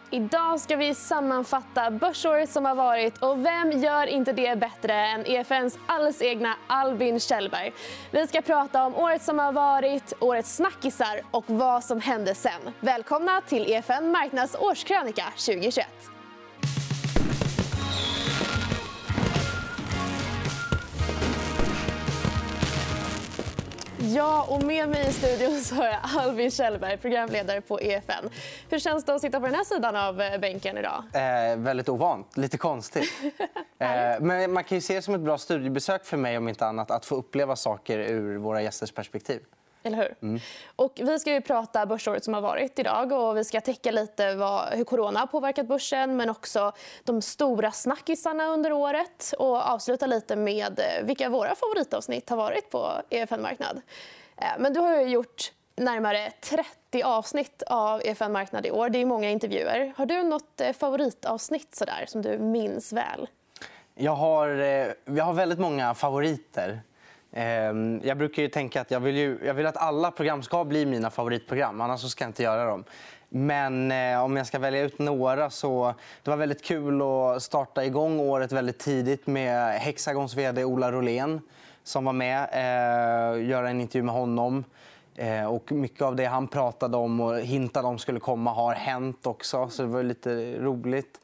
Idag ska vi sammanfatta börsåret som har varit och vem gör inte det bättre än EFNs alldeles egna Albin Kjellberg. Vi ska prata om året som har varit, årets snackisar och vad som hände sen. Välkomna till EFN Marknads årskrönika 2021. Ja, och med mig i studion så har jag Albin Kjellberg, programledare på EFN. Hur känns det att sitta på den här sidan av bänken idag? Väldigt ovant, lite konstigt. Men man kan ju se det som ett bra studiebesök för mig om inte annat att få uppleva saker ur våra gästers perspektiv. Eller hur? Och vi ska ju prata börsåret som har varit idag och vi ska täcka lite hur corona har påverkat börsen men också de stora snackisarna under året och avsluta lite med vilka våra favoritavsnitt har varit på EFN Marknad. Men du har ju gjort närmare 30 avsnitt av EFN Marknad i år. Det är många intervjuer. Har du något favoritavsnitt så där som du minns väl? Jag har väldigt många favoriter. Jag brukar ju tänka att jag vill att alla program ska bli mina favoritprogram, annars ska jag inte göra dem. Men om jag ska välja ut några så det var väldigt kul att starta igång året väldigt tidigt med Hexagons vd Ola Rolén som var med, göra en intervju med honom. Och mycket av det han pratade om och hintade om skulle komma har hänt också, så det var lite roligt.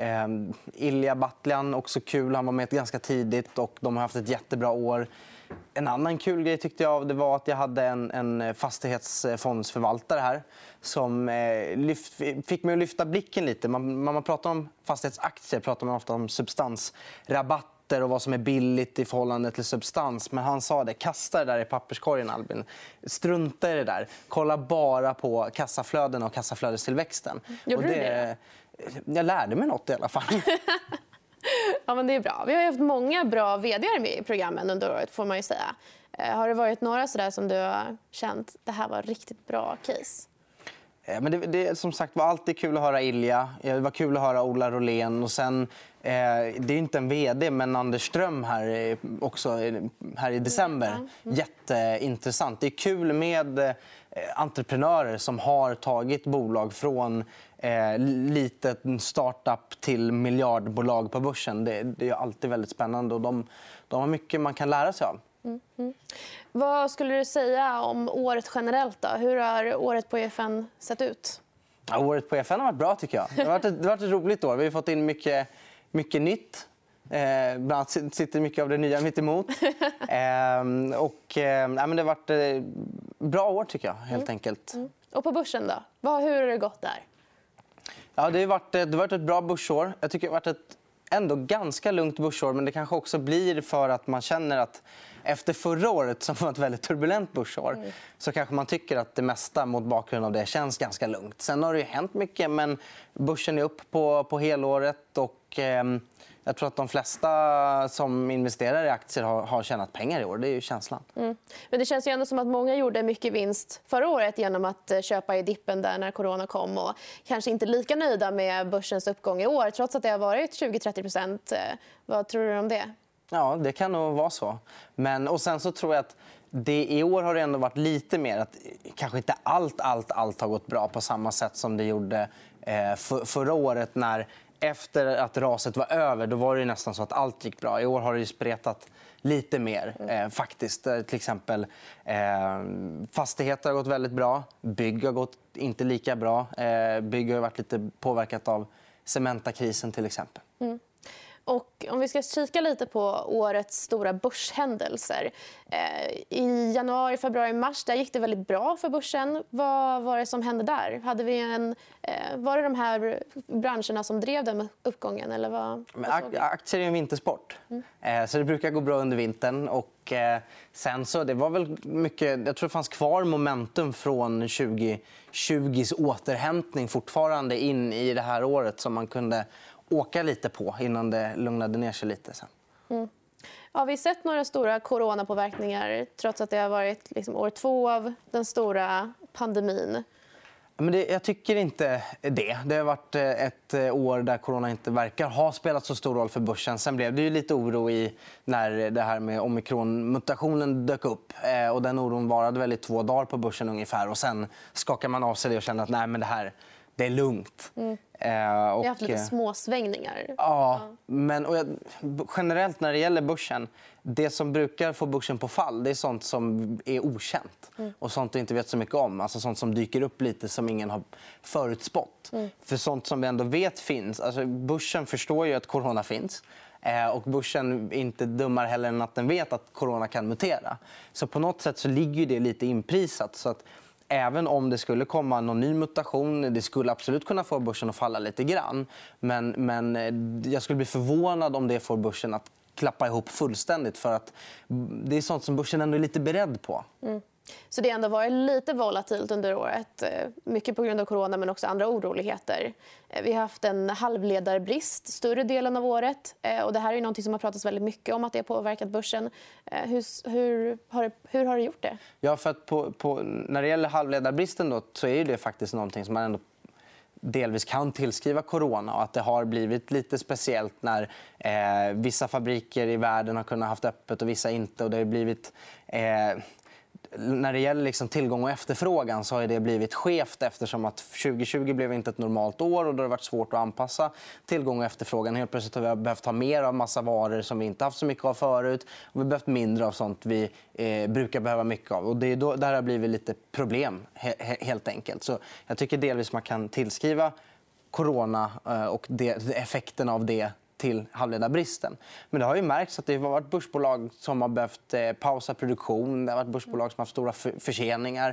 Ilja Batljan, också kul. Han var med ganska tidigt och de har haft ett jättebra år. En annan kul grej tyckte jag det var att jag hade en fastighetsfondsförvaltare här som fick mig att lyfta blicken lite. Man pratar om fastighetsaktier, pratar man ofta om substansrabatter och vad som är billigt i förhållande till substans. Men han sa det, kasta det där i papperskorgen Albin. Strunta i det där. Kolla bara på kassaflöden och kassaflödestillväxten. Gjorde du det? Jag lärde mig något i alla fall. Ja, men det är bra. Vi har haft många bra vd:ar med i programmen under året får man ju säga. Har det varit några sådär som du har känt det här var riktigt bra case? Men det som sagt var alltid kul att höra Ilja. Det var kul att höra Ola Rolén och sen det är inte en vd men Anders Ström här också här i december. Jätteintressant. Det är kul med entreprenörer som har tagit bolag från litet startup till miljardbolag på börsen. Det är alltid väldigt spännande och de har mycket man kan lära sig av. Vad skulle du säga om året generellt då? Hur har året på EFN sett ut? Ja, året på EFN har varit bra tycker jag. Det har varit ett roligt år. Vi har fått in mycket nytt. Bland annat sitter mycket av det nya mitt emot. Men det har varit ett bra år tycker jag helt enkelt. Och på börsen då? Hur har det gått där? Ja, det har varit ett bra börsår. Jag tycker det har varit ett ändå ganska lugnt börsår, men det kanske också blir för att man känner att efter förra året som var ett väldigt turbulent börsår så kanske man tycker att det mesta mot bakgrund av det känns ganska lugnt. Sen har det ju hänt mycket, men börsen är upp på helåret och jag tror att de flesta som investerar i aktier har tjänat pengar i år. Det är ju känslan. Men det känns ju ändå som att många gjorde mycket vinst förra året genom att köpa i dippen där när corona kom och kanske inte lika nöjda med börsens uppgång i år trots att det har varit 20-30%. Vad tror du om det? Ja, det kan nog vara så. Och sen så tror jag att i år har det ändå varit lite mer att kanske inte allt har gått bra på samma sätt som det gjorde förra året när efter att raset var över, då var det nästan så att allt gick bra. I år har det ju spretat lite mer faktiskt. Till exempel fastigheter har gått väldigt bra. Bygg har gått inte lika bra. Bygg har varit lite påverkat av Cementa-krisen till exempel. Och om vi ska kika lite på årets stora börshändelser. I januari, februari, mars där gick det väldigt bra för börsen. Vad var det som hände där? Var det de här branscherna som drev den uppgången? Eller vad aktier är en vintersport. Så det brukar gå bra under vintern. Och sen så det var väl mycket, jag tror det fanns kvar momentum från 2020s återhämtning fortfarande in i det här året som man kunde åka lite på innan det lugnade ner sig lite sen. Har vi sett några stora coronapåverkningar trots att det har varit år 2 av den stora pandemin? Men jag tycker inte det. Det har varit ett år där corona inte verkar ha spelat så stor roll för börsen. Sen blev det ju lite oro när det här med omikronmutationen dök upp. Och den oron varade väl i 2 dagar på börsen ungefär. Och sen skakar man av sig det och känner att nej, men det det är lugnt. Vi har haft lite små svängningar. Ja, men generellt när det gäller börsen, det som brukar få börsen på fall, det är sånt som är okänt och sånt du inte vet så mycket om. Alltså sånt som dyker upp lite som ingen har förutspått. För sånt som vi ändå vet finns, alltså börsen förstår ju att corona finns. Och börsen är inte dummare heller än att den vet att corona kan mutera. Så på något sätt så ligger det lite inprisat. Så att även om det skulle komma någon ny mutation, det skulle absolut kunna få börsen att falla lite grann. Men jag skulle bli förvånad om det får börsen att klappa ihop fullständigt. För att det är sånt som börsen ändå är lite beredd på. Så det har ändå varit lite volatilt under året. Mycket på grund av corona men också andra oroligheter. Vi har haft en halvledarbrist större delen av året. Och det här är något som har pratats väldigt mycket om att det har påverkat börsen. Hur har det gjort det? Ja, för att när det gäller halvledarbristen då, så är det faktiskt någonting som man ändå delvis kan tillskriva corona och att det har blivit lite speciellt när vissa fabriker i världen har kunnat haft öppet och vissa inte. Och det har blivit... När det gäller liksom tillgång och efterfrågan så har det blivit skevt eftersom att 2020 blev inte ett normalt år och då har det varit svårt att anpassa tillgång och efterfrågan. Helt plötsligt har vi behövt ha mer av massa varor som vi inte haft så mycket av förut och vi har behövt mindre av sånt vi brukar behöva mycket av. Och det är där har blivit lite problem helt enkelt. Så jag tycker delvis man kan tillskriva corona och effekten av det till halvledarbristen. Men det har ju märkts att det har varit börsbolag som har behövt pausa produktion. Det har varit börsbolag som har haft stora förseningar.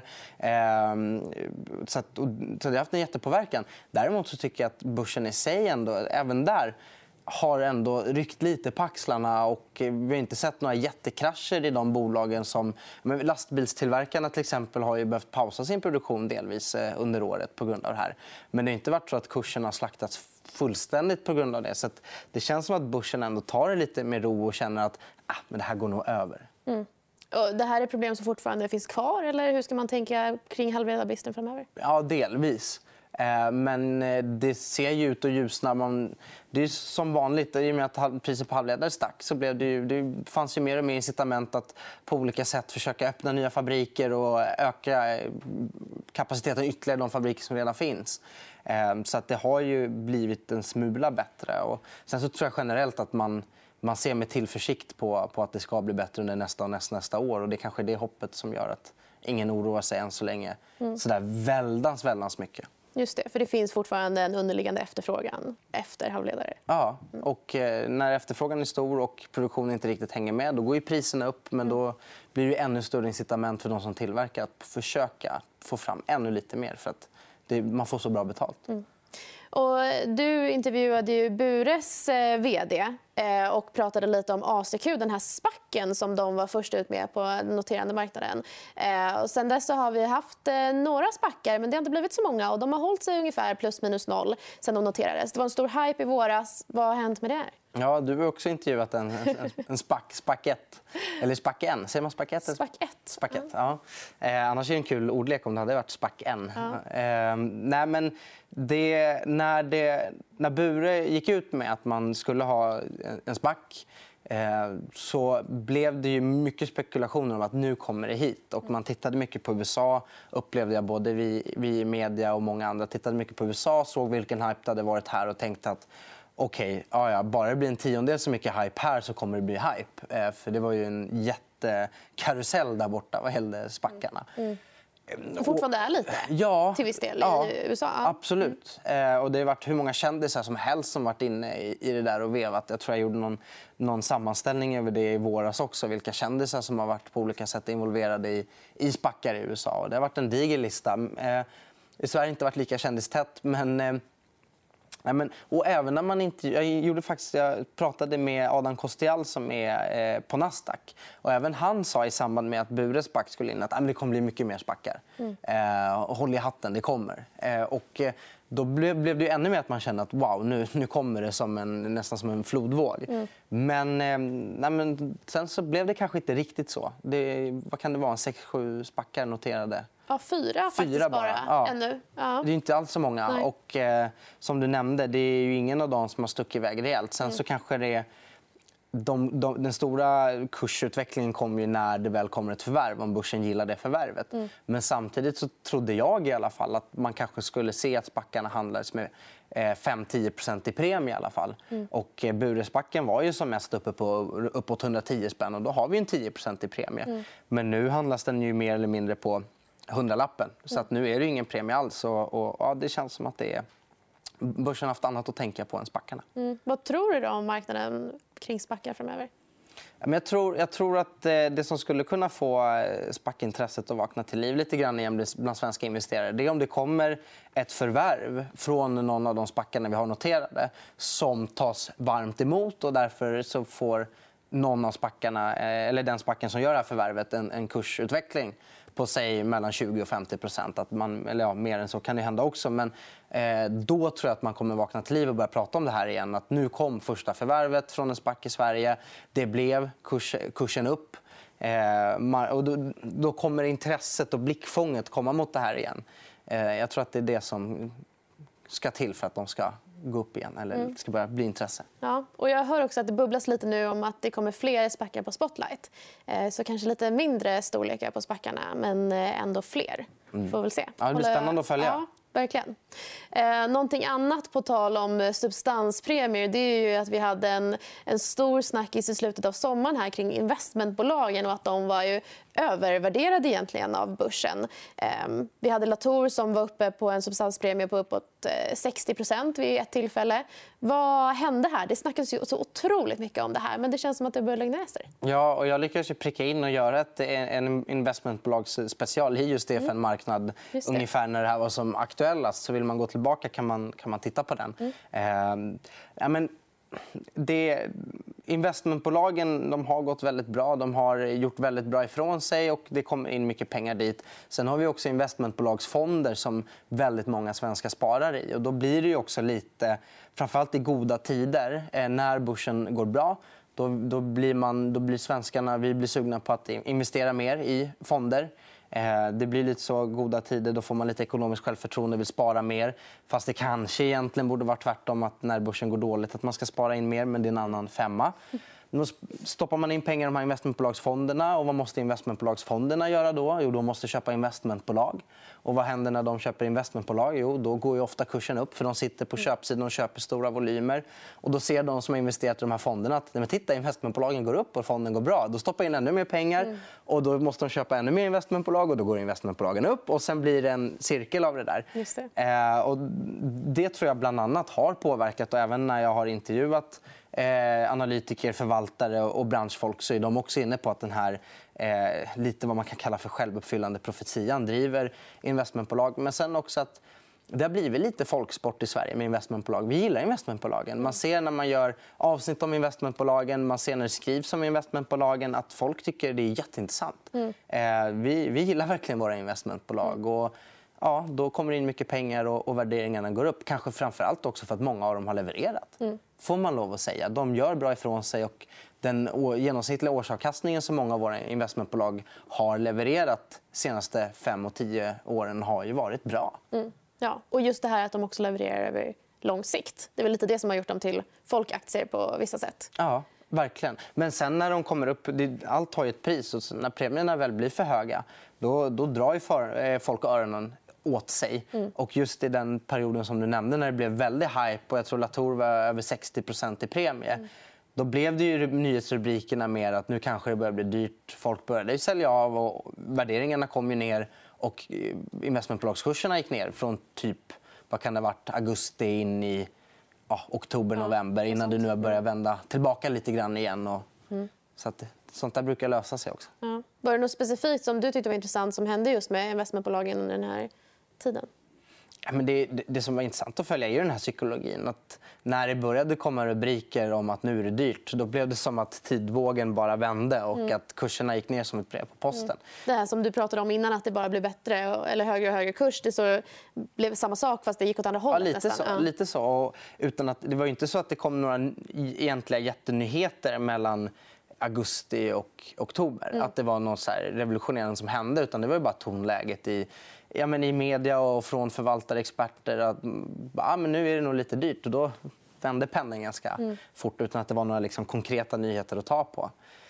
Så det har haft en jättepåverkan. Däremot så tycker jag att börsen i sig ändå, även där, har ändå ryckt lite på axlarna och vi har inte sett några jättekrascher i de bolagen som... Lastbilstillverkarna till exempel har ju behövt pausa sin produktion delvis under året på grund av det här. Men det har inte varit så att kursen har slaktats fullständigt på grund av det. Så att det känns som att börsen ändå tar det lite med ro och känner att men det här går nog över. Och det här är problem som fortfarande finns kvar eller hur ska man tänka kring halvledarbristen framöver? Ja, delvis. Men det ser ju ut att ljusna. Det är som vanligt, i och med att priset på halvledare stack så blev det fanns ju mer och mer incitament att på olika sätt försöka öppna nya fabriker och öka kapaciteten ytterligare i de fabriker som redan finns. Så att det har ju blivit en smula bättre. Och sen så tror jag generellt att man ser med tillförsikt på att det ska bli bättre under nästa och nästa år. Och det är kanske det hoppet som gör att ingen oroar sig än så länge så där väldans mycket. Just det, för det finns fortfarande en underliggande efterfrågan efter halvledare. Ja, och när efterfrågan är stor och produktionen inte riktigt hänger med, då går ju priserna upp. Men då blir det ännu större incitament för de som tillverkar att försöka få fram ännu lite mer för att man får så bra betalt. Och du intervjuade ju Bures vd och pratade lite om ACQ, den här spacken som de var först ut med på den noterande marknaden. Och sen dess så har vi haft några spackar, men det har inte blivit så många och de har hållit sig ungefär plus minus noll sen de noterades. Det var en stor hype i våras. Vad har hänt med det här? Ja, du har också intervjuat en spackett. Eller spacken. Säger man spackett? Spackett, ja. Annars är det en kul ordlek om det hade varit spacken. Ja. Nej, men när Bure gick ut med att man skulle ha en spack så blev det ju mycket spekulationer om att nu kommer det hit. Och man tittade mycket på USA, upplevde jag både vi i media och många andra tittade mycket på USA, såg vilken hype det hade varit här och tänkte att okej, bara det blir en tiondel så mycket hype här så kommer det bli hype. För det var ju en jättekarusell där borta vad gällde spackarna. Fortfarande är lite till viss del i USA. Absolut. Och det har varit hur många kändisar som helst som varit inne i det där och vevat. Jag tror jag gjorde någon sammanställning över det i våras också. Vilka kändisar som har varit på olika sätt involverade i spackar i USA. Och det har varit en diger lista. I Sverige har inte varit lika kändistätt, men och även när man inte... Jag pratade med Adam Kostial som är på Nasdaq. Och även han sa i samband med att Bures spack skulle in att det kommer bli mycket mer spackar. Håll i hatten, det kommer. Och då blev det ju ännu mer att man kände att wow, nu kommer det nästan som en flodvåg. Men sen så blev det kanske inte riktigt så. Vad kan det vara? 6-7 spackar noterade. Ja, 4 faktiskt bara ännu. Ja. Det är inte alls så många. Nej. Och som du nämnde, det är ju ingen av dem som har stuckit iväg rejält. Sen så kanske den stora kursutvecklingen kommer ju när det väl kommer ett förvärv, om börsen gillar det förvärvet. Men samtidigt så trodde jag i alla fall att man kanske skulle se att spackarna handlades med 5-10% i premie i alla fall. Och Buresbacken var ju som mest uppe på uppåt 110 spänn och då har vi en 10% i premie. Men nu handlas den ju mer eller mindre på 100-lappen. Så att nu är det ingen premie alls och ja, det känns som att det är börsen har haft annat att tänka på än spackarna. Vad tror du då om marknaden kring spackar framöver? Men jag tror att det som skulle kunna få spackintresset att vakna till liv lite grann igen bland svenska investerare, det är om det kommer ett förvärv från någon av de spackarna vi har noterade som tas varmt emot och därför så får någon av spackarna, eller den spacken som gör det här förvärvet en kursutveckling på sig mellan 20 och 50%. Att man, eller ja, mer än så kan det hända också. Men då tror jag att man kommer vakna till liv och börja prata om det här igen. Att nu kom första förvärvet från en spack i Sverige. Det blev kursen upp. Och då kommer intresset och blickfånget komma mot det här igen. Jag tror att det är det som ska till för att de ska gå upp igen eller det ska börja bli intresse. Ja, och jag hör också att det bubblas lite nu om att det kommer fler spackar på Spotlight. Så kanske lite mindre storlekar på spackarna, men ändå fler. Får väl se. Ja, det blir spännande att följa. Ja, verkligen. Någonting annat på tal om substanspremier, det är ju att vi hade en stor snackis i slutet av sommaren här kring investmentbolagen och att de var ju övervärderade egentligen av börsen. Vi hade Latour som var uppe på en substanspremie på uppåt 60% vid ett tillfälle. Vad hände här? Det snackas ju så otroligt mycket om det här, men det känns som att det börjar lägga ner sig. Ja, och jag lyckades ju pricka in och göra en investmentbolags special i just det för en marknad ungefär när det här var som aktuellast. Så vill man gå tillbaka kan man titta på den. Investmentbolagen de har gått väldigt bra. De har gjort väldigt bra ifrån sig och det kommer in mycket pengar dit. Sen har vi också investmentbolagsfonder som väldigt många svenskar sparar i. Och då blir det ju också lite, framförallt i goda tider, när börsen går bra. Då blir svenskarna, vi blir sugna på att investera mer i fonder. Det blir lite så goda tider, då får man lite ekonomiskt självförtroende och vill spara mer. Fast det kanske egentligen borde vara tvärtom att när börsen går dåligt att man ska spara in mer, men det är en annan femma. Då stoppar man in pengar i de här investmentbolagsfonderna och vad måste investmentbolagsfonderna göra då? Jo, de måste köpa investmentbolag. Och vad händer när de köper investmentbolag? Jo, då går ju ofta kursen upp för de sitter på köpsidan och köper stora volymer. Och då ser de som har investerat i de här fonderna att men titta, investmentbolagen går upp och fonden går bra. Då stoppar in ännu mer pengar och då måste de köpa ännu mer investmentbolag och då går investmentbolagen upp och sen blir det en cirkel av det där. Just det. Och det tror jag bland annat har påverkat och även när jag har intervjuat analytiker, förvaltare och branschfolk så är de också inne på att den här lite vad man kan kalla för självuppfyllande profetian driver investmentbolag. Men sen också att det har blivit lite folksport i Sverige med investmentbolag. Vi gillar investmentbolagen. Man ser när man gör avsnitt om investmentbolagen, man ser när det skrivs om investmentbolagen att folk tycker det är jätteintressant. Vi gillar verkligen våra investmentbolag och ja, då kommer det in mycket pengar och värderingarna går upp. Kanske framförallt också för att många av dem har levererat. Får man lov att säga. De gör bra ifrån sig och den genomsnittliga årsavkastningen som många av våra investmentbolag har levererat de senaste 5 och 10 åren har ju varit bra. Ja, och just det här att de också levererar över lång sikt. Det är väl lite det som har gjort dem till folkaktier på vissa sätt. Ja, verkligen. Men sen när de kommer upp, allt har ju ett pris och när premierna väl blir för höga då drar ju folk öronen åt sig. Och just i den perioden som du nämnde när det blev väldigt hype och jag tror Latour var över 60% i premie. Då blev det ju nyhetsrubrikerna mer att nu kanske det börjar bli dyrt. Folk började sälja av och värderingarna kom ju ner och investmentbolagskurserna gick ner från typ, vad kan det ha varit, augusti in i oktober, november innan det nu har börjat vända tillbaka lite grann igen. Så att sånt där brukar lösa sig också. Ja. Var det något specifikt som du tyckte var intressant som hände just med investmentbolagen under den här tiden? Ja, men det som var intressant att följa är den här psykologin. Att när det började komma rubriker om att nu är det dyrt, då blev det som att tidvågen bara vände och att kurserna gick ner som ett brev på posten. Det här som du pratade om innan, att det bara blev bättre eller högre och högre kurs, det blev samma sak fast det gick åt andra hållet nästan. Lite så. Och utan att, det var ju inte så att det kom några egentliga jättenyheter mellan augusti och oktober. Att det var något så här revolutionerande som hände, utan det var ju bara tonläget i media och från förvaltare, experter att men nu är det nog lite dyrt och då vände pendeln ganska fort utan att det var några liksom konkreta nyheter att ta på.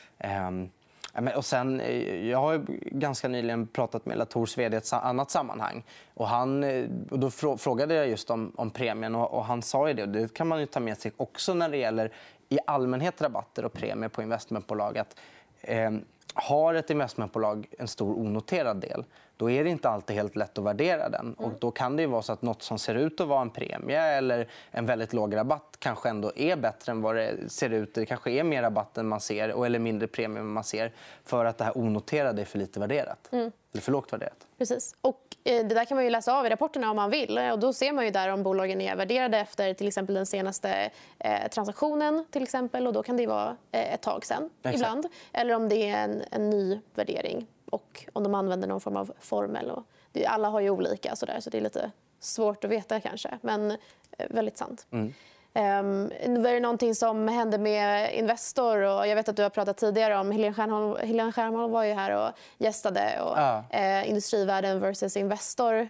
Och sen, jag har ju ganska nyligen pratat med Latours vd i ett annat sammanhang. Och då frågade jag just om premien och han sa ju det. Och det kan man ju ta med sig också när det gäller i allmänhet rabatter och premier på investmentbolag. Att, har ett investmentbolag en stor onoterad del, då är det inte alltid helt lätt att värdera den. Och då kan det ju vara så att något som ser ut att vara en premie eller en väldigt låg rabatt kanske ändå är bättre än vad det ser ut. Det kanske är mer rabatt än man ser eller mindre premie än man ser för att det här onoterade är för lite värderat. Eller för lågt värderat. Precis. Och det där kan man ju läsa av i rapporterna om man vill. Och då ser man ju där om bolagen är värderade efter till exempel den senaste transaktionen till exempel. Och då kan det vara ett tag sedan ibland. Eller om det är en ny värdering. Och om de använder någon form av formel. Och alla har ju olika så det är lite svårt att veta kanske. Men väldigt sant. Det är någonting som hände med Investor. Och jag vet att du har pratat tidigare om Helene Stjernholm var ju här och gästade. Och, Industrivärden versus Investor.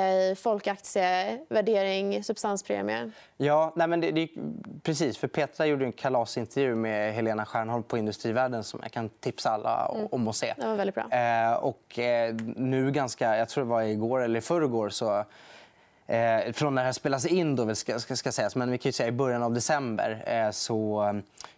Folkaktievärdering, substanspremie. Ja, nej men det precis. För Petra gjorde en kalasintervju med Helena Stjernholm på Industrivärden som jag kan tipsa alla om att se. Det var väldigt bra. Nu ganska, jag tror det var igår eller förrgår så från när det här spelas in då ska sägas, men vi kan ju säga i början av december så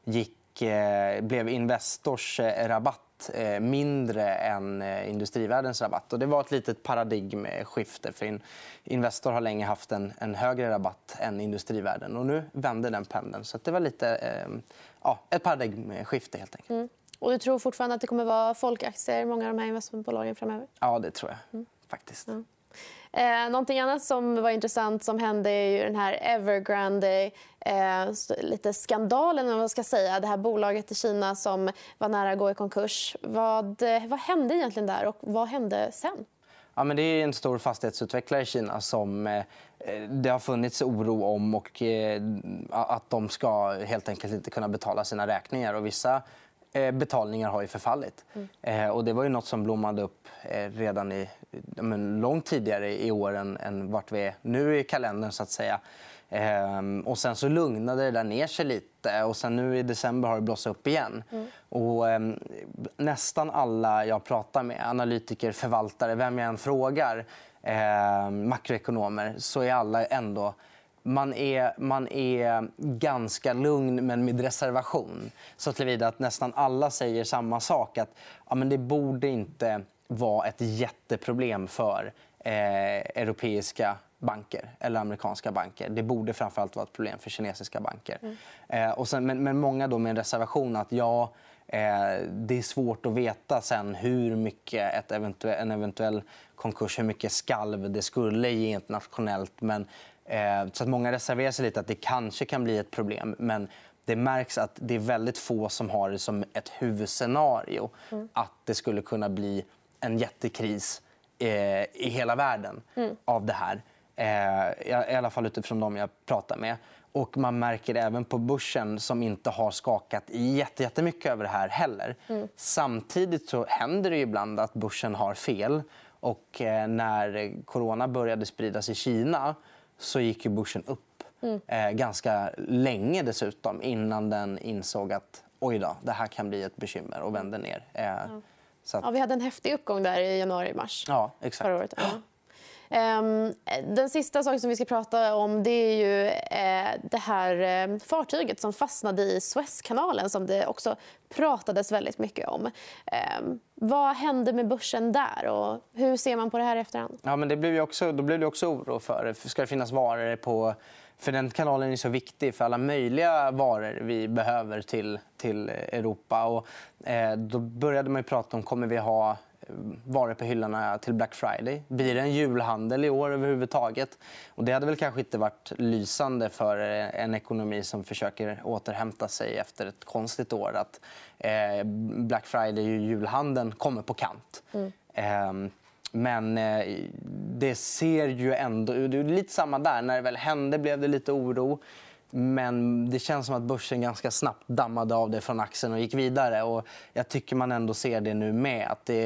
blev Investors rabatt mindre än Industrivärdens rabatt. Och det var ett litet paradigmskifte för Investor har länge haft en högre rabatt än Industrivärden och nu vände den pendeln. Så det var lite ett paradigmskifte helt enkelt. Och du tror fortfarande att det kommer vara folkaktier i många av de här investmentbolagen framöver? Ja, det tror jag faktiskt. Någonting annat som var intressant som hände är ju den här Evergrande lite skandalen om man ska säga. Det här bolaget i Kina som var nära att gå i konkurs. Vad hände egentligen där och vad hände sen? Ja, men det är en stor fastighetsutvecklare i Kina som det har funnits oro om och att de ska helt enkelt inte kunna betala sina räkningar. Och vissa betalningar har ju förfallit. Och det var ju något som blommade upp redan långt tidigare i år än vart vi är nu i kalendern så att säga. Och sen så lugnade det där ner sig lite och sen nu i december har det blossat upp igen. Och nästan alla jag pratar med, analytiker, förvaltare, vem jag än frågar, makroekonomer, så är alla ändå man är ganska lugn men med reservation. Så tillvida att nästan alla säger samma sak. Att men det borde inte vara ett jätteproblem för europeiska banker eller amerikanska banker. Det borde framförallt vara ett problem för kinesiska banker. Och sen, men många då med en reservation att det är svårt att veta sen hur mycket en eventuell konkurs, hur mycket skalv det skulle ge internationellt. Men så att många reserverar sig lite att det kanske kan bli ett problem. Men det märks att det är väldigt få som har det som ett huvudscenario. Att det skulle kunna bli en jättekris i hela världen av det här. I alla fall utifrån de jag pratar med. Och man märker även på börsen som inte har skakat jättemycket över det här heller. Samtidigt så händer det ju ibland att börsen har fel. Och när corona började spridas i Kina så gick ju börsen upp ganska länge dessutom innan den insåg att oj då, det här kan bli ett bekymmer och vände ner. Så att... vi hade en häftig uppgång där i januari-mars förra året. Den sista saken som vi ska prata om det är ju det här fartyget som fastnade i Suezkanalen som det också pratades väldigt mycket om. Vad hände med börsen där och hur ser man på det här i efterhand? Ja, men då blev det också oro för. Ska det finnas varor på... För den kanalen är så viktig för alla möjliga varor vi behöver till Europa. Och, då började man ju prata om kommer vi ha varor på hyllorna till Black Friday. Blir det en julhandel i år överhuvudtaget? Och det hade väl kanske inte varit lysande för en ekonomi som försöker återhämta sig efter ett konstigt år. Att Black Friday och julhandeln kommer på kant. Men det ser ju ändå... Det är lite samma där. När det väl hände blev det lite oro. Men det känns som att börsen ganska snabbt dammade av det från axeln och gick vidare. Och jag tycker man ändå ser det nu med. Att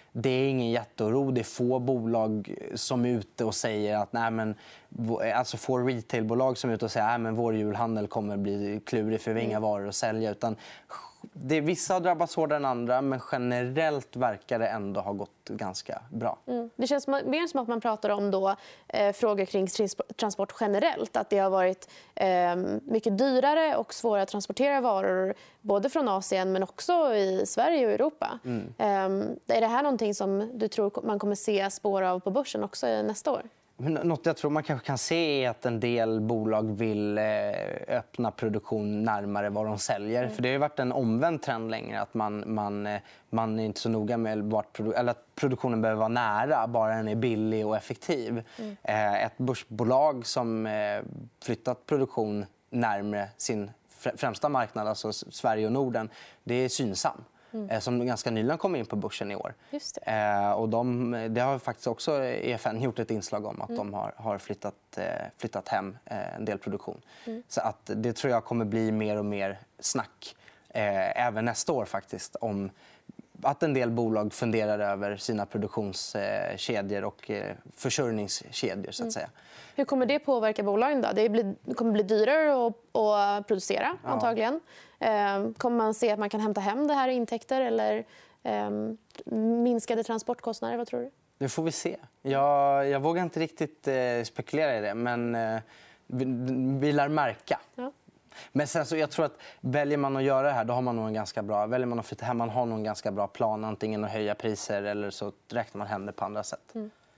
det är ingen jätteoro. Det är få bolag som är ute och säger att alltså få retailbolag som är ute och säger att vår julhandel kommer bli klurig för vi har inga varor att sälja. Utan vissa har drabbats hårdare än andra, men generellt verkar det ändå ha gått ganska bra. Det känns mer som att man pratar om då, frågor kring transport generellt. Att det har varit mycket dyrare och svårare att transportera varor både från Asien men också i Sverige och Europa. Är det här någonting som du tror man kommer se spår av på börsen också nästa år? Något jag tror man kanske kan se är att en del bolag vill öppna produktion närmare vad de säljer. För det har ju varit en omvänd trend länge att man är inte så noga med eller att produktionen behöver vara nära, bara den är billig och effektiv. Ett börsbolag som flyttat produktion närmare sin främsta marknad, alltså Sverige och Norden, det är Synsam. Som ganska nyligen kom in på börsen i år. Just det. Och det har faktiskt också EFN gjort ett inslag om att de har flyttat hem en del produktion. Så att det tror jag kommer bli mer och mer snack även nästa år faktiskt om att en del bolag funderar över sina produktionskedjor och försörjningskedjor så att säga. Hur kommer det påverka bolagen då? Det kommer bli dyrare att producera antagligen. Kommer man se att man kan hämta hem det här i intäkter eller minskade transportkostnader? Vad tror du? Det får vi se. Jag vågar inte riktigt spekulera i det, men vi lär märka. Ja. Men sen så jag tror att väljer man att göra det här, då har man nog en ganska bra, väljer man att flytta hem, man har nog en ganska bra plan, antingen att höja priser eller så räknar man hem det på andra sätt.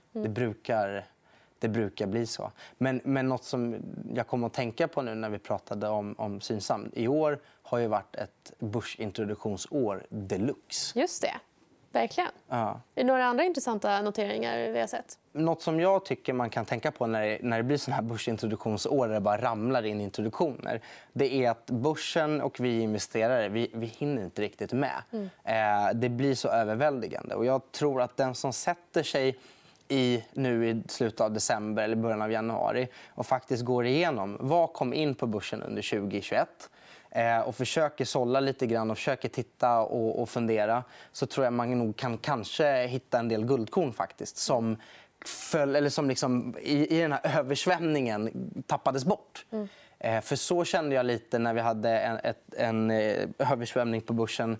Det brukar bli så. Men något som jag kommer att tänka på nu när vi pratade om Synsam. I år har ju varit ett börsintroduktionsår deluxe. Just det. Verkligen. Ja. Är det några andra intressanta noteringar vi har sett? Något som jag tycker man kan tänka på när det blir såna här börsintroduktionsår där det bara ramlar in introduktioner, det är att börsen och vi investerare, vi hinner inte riktigt med. Det blir så överväldigande. Och jag tror att den som sätter sig nu i slutet av december eller början av januari och faktiskt går igenom vad kom in på börsen under 2021 och försöker sålla lite grann och försöker titta och fundera, så tror jag man nog kan kanske hitta en del guldkorn faktiskt som liksom i den här översvämningen tappades bort. För så kände jag lite när vi hade en översvämning på börsen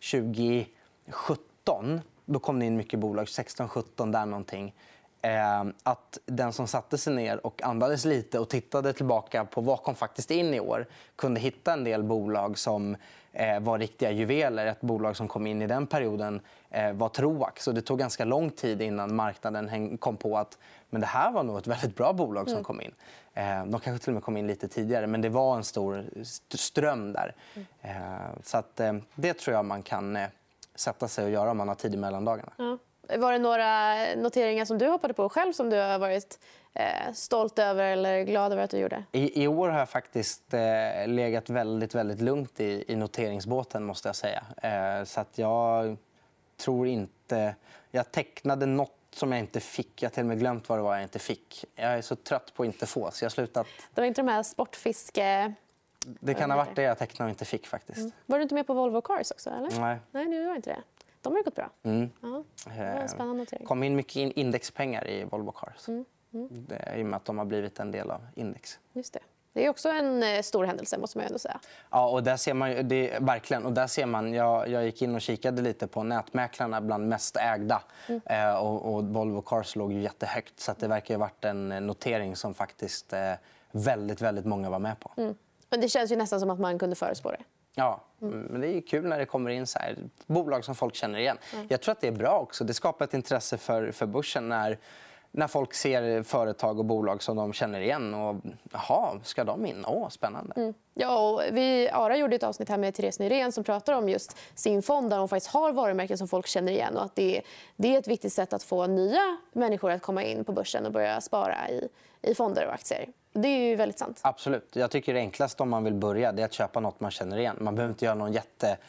2017. Då kom det in mycket bolag, 16-17 där någonting. Att den som satte sig ner och andades lite och tittade tillbaka på vad kom faktiskt in i år kunde hitta en del bolag som var riktiga juveler. Ett bolag som kom in i den perioden var Troax. Så det tog ganska lång tid innan marknaden kom på att men det här var nog ett väldigt bra bolag som kom in. De kanske till och med kom in lite tidigare, men det var en stor ström där. Så att, det tror jag man kan sätta sig och göra om man har tid i mellandagarna. Ja. Var det några noteringar som du hoppade på själv som du har varit stolt över eller glad över att du gjorde? I år har jag faktiskt legat väldigt, väldigt lugnt i noteringsbåten måste jag säga. Så att jag tror inte... Jag tecknade något som jag inte fick. Jag har till och med glömt vad det var jag inte fick. Jag är så trött på att inte få, så jag har slutat... Det var inte de här sportfiske... Det kan ha varit det jag tecknade och inte fick faktiskt. Var du inte med på Volvo Cars också? Eller? Nej. Nej, det var inte det. De har ju gått bra. Ja, det var en spännande notering. Kom in mycket indexpengar i Volvo Cars. I och med att de har blivit en del av index. Just det. Det är också en stor händelse måste man ju ändå säga. Ja, och där ser man det verkligen. Och där ser man, jag gick in och kikade lite på nätmäklarna bland mest ägda. Och Volvo Cars låg ju jättehögt. Så att det verkar ha varit en notering som faktiskt väldigt, väldigt många var med på. Men det känns ju nästan som att man kunde förutspå det. Ja, men det är kul när det kommer in så här bolag som folk känner igen. Jag tror att det är bra också. Det skapar ett intresse för börsen när folk ser företag och bolag som de känner igen. Och, jaha, ska de in? Spännande. Ja, och Ara gjorde ett avsnitt här med Therese Nyrén som pratar om just sin fond där hon faktiskt har varumärken som folk känner igen. Och att det är ett viktigt sätt att få nya människor att komma in på börsen och börja spara i fonder och aktier. Det är ju väldigt sant. Absolut. Jag tycker det enklaste om man vill börja det är att köpa något man känner igen. Man behöver inte göra någon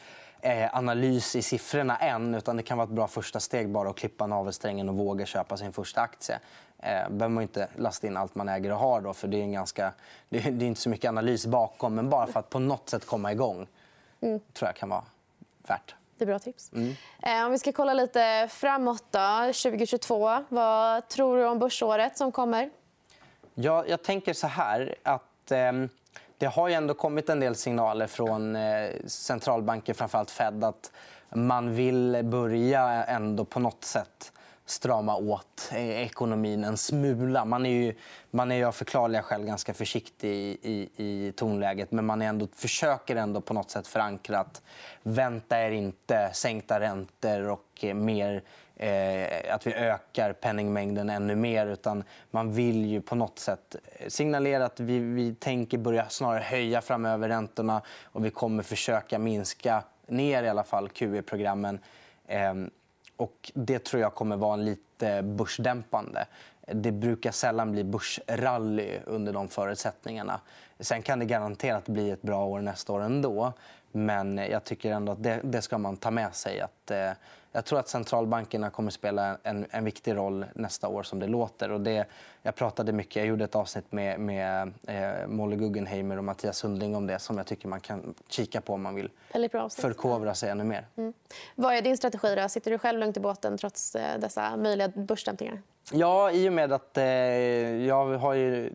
analys i siffrorna än, utan det kan vara ett bra första steg bara att klippa navelsträngen och våga köpa sin första aktie. Behöver man inte lasta in allt man äger och har då, för det är det är inte så mycket analys bakom, men bara för att på något sätt komma igång tror jag kan vara värt. Jättebra tips. Om vi ska kolla lite framåt då, 2022. Vad tror du om börsåret som kommer? Ja, jag tänker så här att det har ju ändå kommit en del signaler från centralbanker, framförallt Fed, att man vill börja ändå på något sätt strama åt ekonomin en smula. Man är ju av förklarliga skäl ganska försiktig i tonläget, men man försöker ändå på något sätt förankra att vänta er inte sänkta räntor och mer att vi ökar penningmängden ännu mer, utan man vill ju på något sätt signalera att vi tänker börja snarare höja framöver räntorna och vi kommer försöka minska ner i alla fall QE-programmen. Och det tror jag kommer vara lite börsdämpande. Det brukar sällan bli börsrally under de förutsättningarna. Sen kan det garanterat bli ett bra år nästa år ändå. Men jag tycker ändå att det ska man ta med sig. Jag tror att centralbankerna kommer spela en viktig roll nästa år som det låter. Och jag gjorde ett avsnitt med Molly Guggenheimer och Mattias Sundling om det som jag tycker man kan kika på om man vill förkovra sig ännu mer. Vad är din strategi då? Sitter du själv lugnt i båten trots dessa möjliga börsdämpningar? Ja, i och med att jag har ju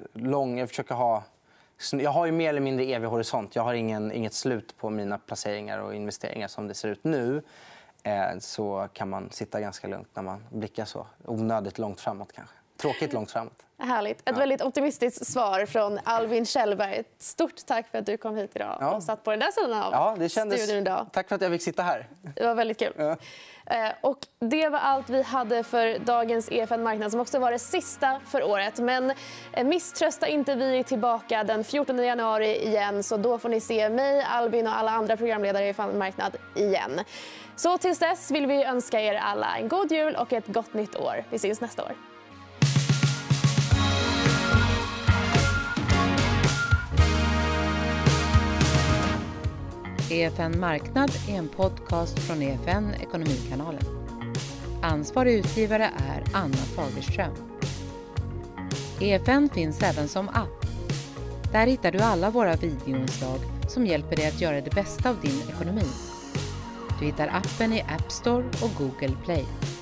jag har ju mer eller mindre evig horisont. Jag har inget slut på mina placeringar och investeringar som det ser ut nu. Så kan man sitta ganska lugnt när man blickar så onödigt långt framåt kanske. Tråkigt långt framåt. Härligt. Ett väldigt optimistiskt svar från Albin Kjellberg. Stort tack för att du kom hit idag och satt på den där sidan av studion idag. Tack för att jag fick sitta här. Det var väldigt kul. Ja. Och det var allt vi hade för dagens EFN Marknad som också var det sista för året. Men misströsta inte, vi är tillbaka den 14 januari igen. Så då får ni se mig, Albin och alla andra programledare i EFN Marknad igen. Så tills dess vill vi önska er alla en god jul och ett gott nytt år. Vi ses nästa år. EFN Marknad är en podcast från EFN Ekonomikanalen. Ansvarig utgivare är Anna Fagerström. EFN finns även som app. Där hittar du alla våra videoinslag som hjälper dig att göra det bästa av din ekonomi. Du hittar appen i App Store och Google Play.